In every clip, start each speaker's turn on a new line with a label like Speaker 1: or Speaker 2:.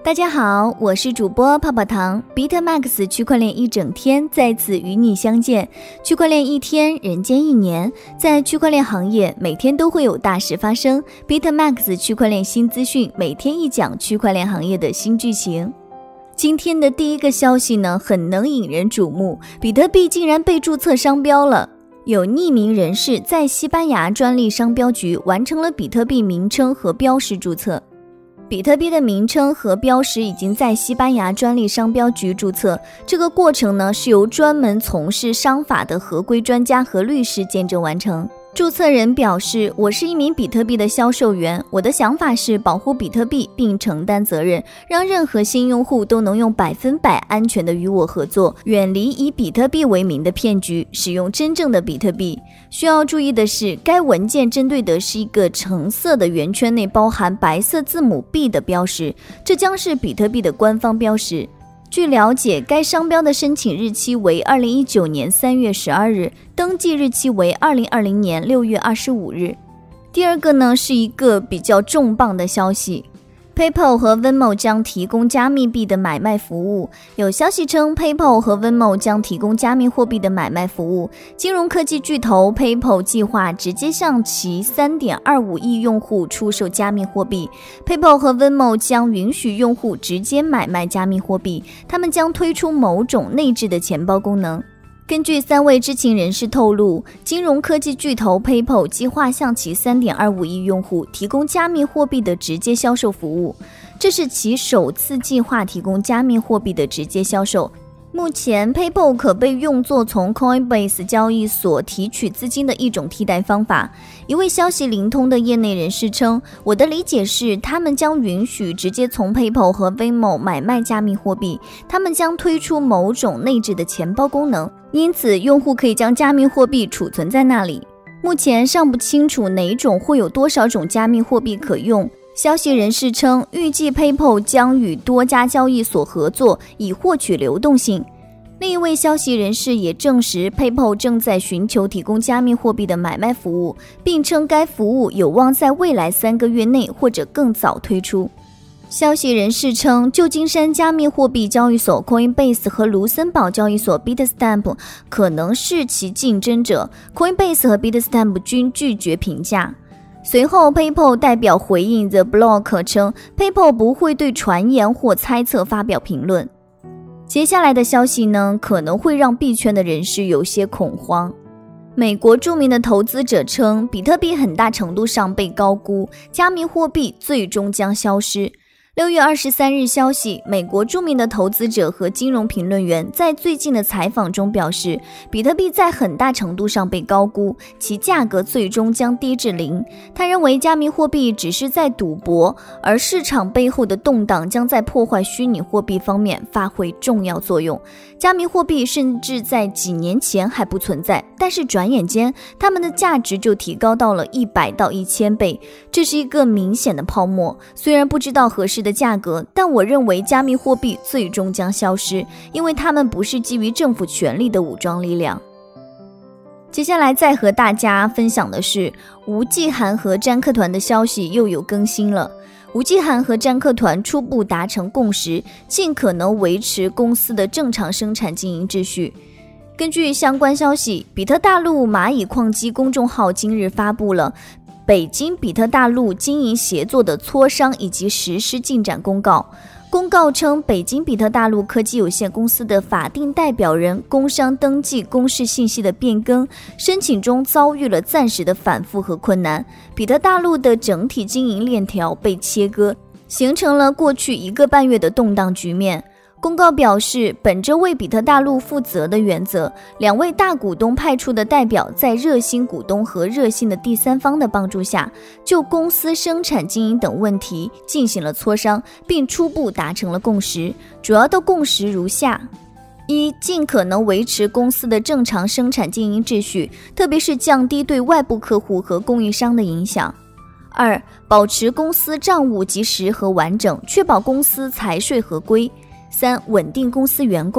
Speaker 1: 大家好，我是主播泡泡糖。BitMax 区块链一整天再次与你相见，区块链一天，人间一年。在区块链行业，每天都会有大事发生。BitMax 区块链新资讯，每天一讲区块链行业的新剧情。今天的第一个消息呢，很能引人瞩目，比特币竟然被注册商标了。有匿名人士在西班牙专利商标局完成了比特币名称和标识注册。比特币的名称和标识已经在西班牙专利商标局注册，这个过程呢是由专门从事商法的合规专家和律师见证完成。注册人表示，我是一名比特币的销售员，我的想法是保护比特币并承担责任，让任何新用户都能用100%安全的与我合作，远离以比特币为名的骗局，使用真正的比特币。需要注意的是，该文件针对的是一个橙色的圆圈内包含白色字母 B 的标识，这将是比特币的官方标识。据了解，该商标的申请日期为2019年3月12日，登记日期为2020年6月25日。第二个呢，是一个比较重磅的消息。PayPal 和 Venmo 将提供加密币的买卖服务。有消息称 PayPal 和 Venmo 将提供加密货币的买卖服务。金融科技巨头 PayPal 计划直接向其 3.25 亿用户出售加密货币。PayPal 和 Venmo 将允许用户直接买卖加密货币，他们将推出某种内置的钱包功能。根据3位知情人士透露，金融科技巨头 PayPal 计划向其 3.25 亿用户提供加密货币的直接销售服务，这是其首次计划提供加密货币的直接销售。目前 PayPal 可被用作从 Coinbase 交易所提取资金的一种替代方法。一位消息灵通的业内人士称，我的理解是他们将允许直接从 PayPal 和 Venmo 买卖加密货币，他们将推出某种内置的钱包功能，因此用户可以将加密货币储存在那里。目前尚不清楚哪种会有多少种加密货币可用。消息人士称，预计 PayPal 将与多家交易所合作，以获取流动性。另一位消息人士也证实 PayPal 正在寻求提供加密货币的买卖服务，并称该服务有望在未来3个月内或者更早推出。消息人士称，旧金山加密货币交易所 Coinbase 和卢森堡交易所 Bitstamp 可能是其竞争者， Coinbase 和 Bitstamp 均拒绝评价。随后 PayPal 代表回应 The Block 称 PayPal 不会对传言或猜测发表评论。接下来的消息呢，可能会让币圈的人士有些恐慌。美国著名的投资者称，比特币很大程度上被高估，加密货币最终将消失。6月23日消息，美国著名的投资者和金融评论员在最近的采访中表示，比特币在很大程度上被高估，其价格最终将跌至0。他认为加密货币只是在赌博，而市场背后的动荡将在破坏虚拟货币方面发挥重要作用。加密货币甚至在几年前还不存在，但是转眼间它们的价值就提高到了100到1000倍，这是一个明显的泡沫。虽然不知道合适的价格，但我认为加密货币最终将消失，因为它们不是基于政府权力的武装力量。接下来再和大家分享的是，吴继涵和詹克团的消息又有更新了。吴继涵和詹克团初步达成共识，尽可能维持公司的正常生产经营秩序。根据相关消息，比特大陆蚂蚁矿机公众号今日发布了北京比特大陆经营协作的磋商以及实施进展公告。公告称，北京比特大陆科技有限公司的法定代表人工商登记公示信息的变更申请中遭遇了暂时的反复和困难，比特大陆的整体经营链条被切割，形成了过去1个半月的动荡局面。公告表示，本着为比特大陆负责的原则，2位大股东派出的代表在热心股东和热心的第三方的帮助下，就公司生产经营等问题进行了磋商，并初步达成了共识。主要的共识如下：一、尽可能维持公司的正常生产经营秩序，特别是降低对外部客户和供应商的影响。2、保持公司账务及时和完整，确保公司财税合规。3、稳定公司员工。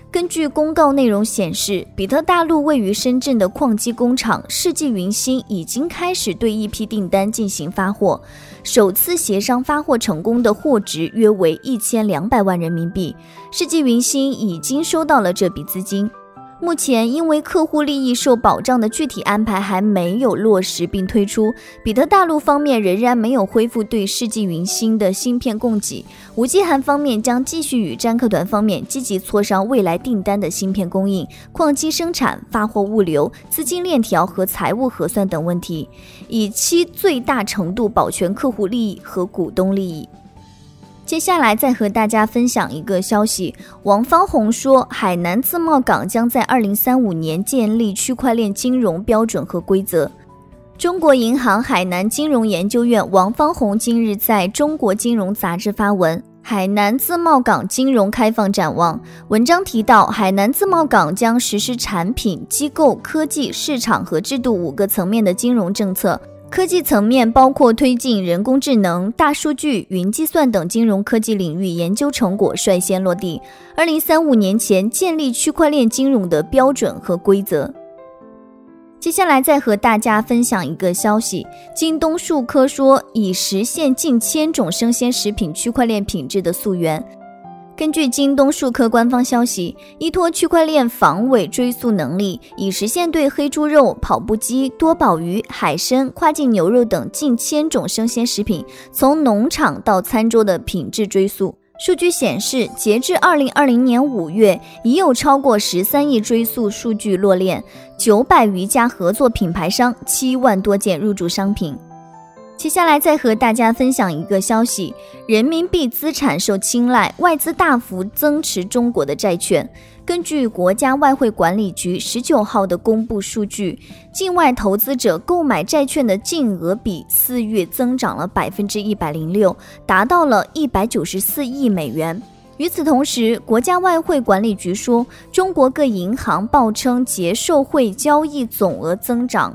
Speaker 1: 根据公告内容显示，比特大陆位于深圳的矿机工厂世纪云星已经开始对一批订单进行发货，首次协商发货成功的货值约为1200万人民币，世纪云星已经收到了这笔资金。目前因为客户利益受保障的具体安排还没有落实并推出，比特大陆方面仍然没有恢复对世纪云星的芯片供给，吴继涵方面将继续与占客团方面积极磋商未来订单的芯片供应、矿机生产、发货物流、资金链条和财务核算等问题，以期最大程度保全客户利益和股东利益。接下来再和大家分享一个消息，王方宏说，海南自贸港将在2035年建立区块链金融标准和规则。中国银行海南金融研究院王方宏今日在中国金融杂志发文，海南自贸港金融开放展望。文章提到，海南自贸港将实施产品、机构、科技、市场和制度5个层面的金融政策。科技层面包括推进人工智能、大数据、云计算等金融科技领域研究成果率先落地，2035年前建立区块链金融的标准和规则。接下来再和大家分享一个消息，京东数科说已实现近1000种生鲜食品区块链品质的溯源。根据京东数科官方消息，依托区块链防伪追溯能力，已实现对黑猪肉、跑步鸡、多宝鱼、海参、跨境牛肉等近1000种生鲜食品从农场到餐桌的品质追溯。数据显示，截至2020年5月，已有超过13亿追溯数据落链，900余家合作品牌商，7万多件入驻商品。接下来再和大家分享一个消息，人民币资产受青睐，外资大幅增持中国的债券。根据国家外汇管理局19号的公布数据，境外投资者购买债券的净额比4月增长了 106%， 达到了194亿美元。与此同时，国家外汇管理局说，中国各银行报称结售汇交易总额增长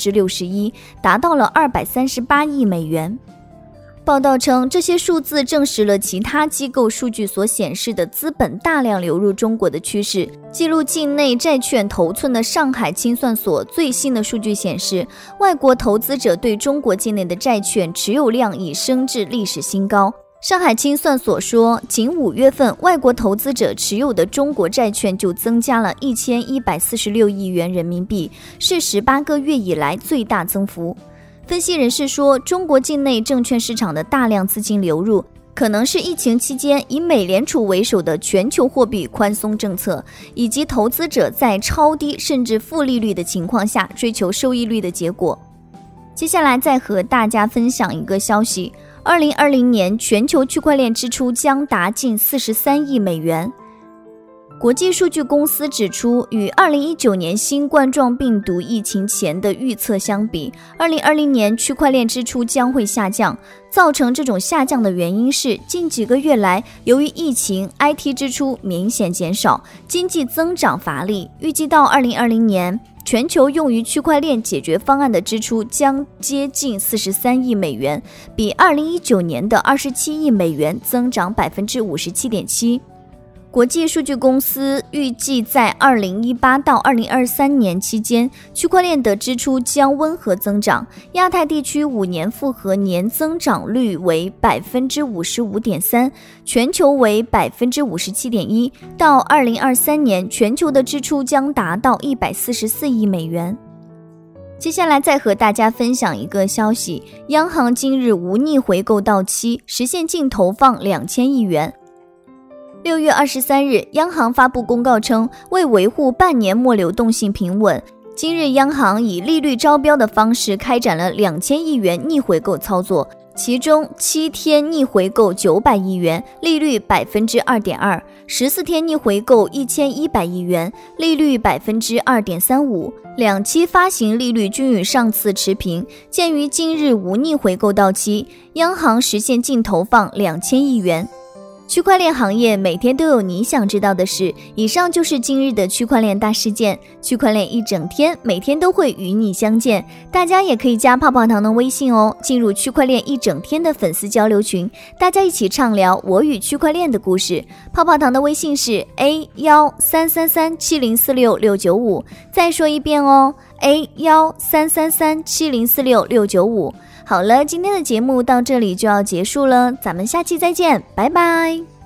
Speaker 1: 61%， 达到了238亿美元。报道称，这些数字证实了其他机构数据所显示的资本大量流入中国的趋势。记录境内债券头寸的上海清算所最新的数据显示，外国投资者对中国境内的债券持有量已升至历史新高。上海清算所说，仅5月份，外国投资者持有的中国债券就增加了1146亿元人民币，是18个月以来最大增幅。分析人士说，中国境内证券市场的大量资金流入，可能是疫情期间以美联储为首的全球货币宽松政策，以及投资者在超低甚至负利率的情况下追求收益率的结果。接下来再和大家分享一个消息，2020年全球区块链支出将达近43亿美元。国际数据公司指出，与2019年新冠状病毒疫情前的预测相比，2020年区块链支出将会下降。造成这种下降的原因是，近几个月来，由于疫情 ，IT 支出明显减少，经济增长乏力。预计到2020年，全球用于区块链解决方案的支出将接近43亿美元，比2019年的27亿美元增长 57.7%。国际数据公司预计在2018到2023年期间，区块链的支出将温和增长。亚太地区5年复合年增长率为 55.3%， 全球为 57.1%。到2023年，全球的支出将达到144亿美元。接下来再和大家分享一个消息，央行今日无逆回购到期，实现净投放2000亿元。6月23日，央行发布公告称，为维护半年末流动性平稳，今日央行以利率招标的方式开展了2000亿元逆回购操作，其中7天逆回购900亿元，利率 2.2%， 14天逆回购1100亿元，利率 2.35%， 两期发行利率均与上次持平。鉴于今日无逆回购到期，央行实现净投放2000亿元。 区块链行业每天都有你想知道的事。以上就是今日的区块链大事件。区块链一整天，每天都会与你相见。大家也可以加泡泡糖的微信哦，进入区块链一整天的粉丝交流群，大家一起畅聊我与区块链的故事。泡泡糖的微信是 A13337046695，再说一遍哦， A13337046695。好了，今天的节目到这里就要结束了，咱们下期再见，拜拜。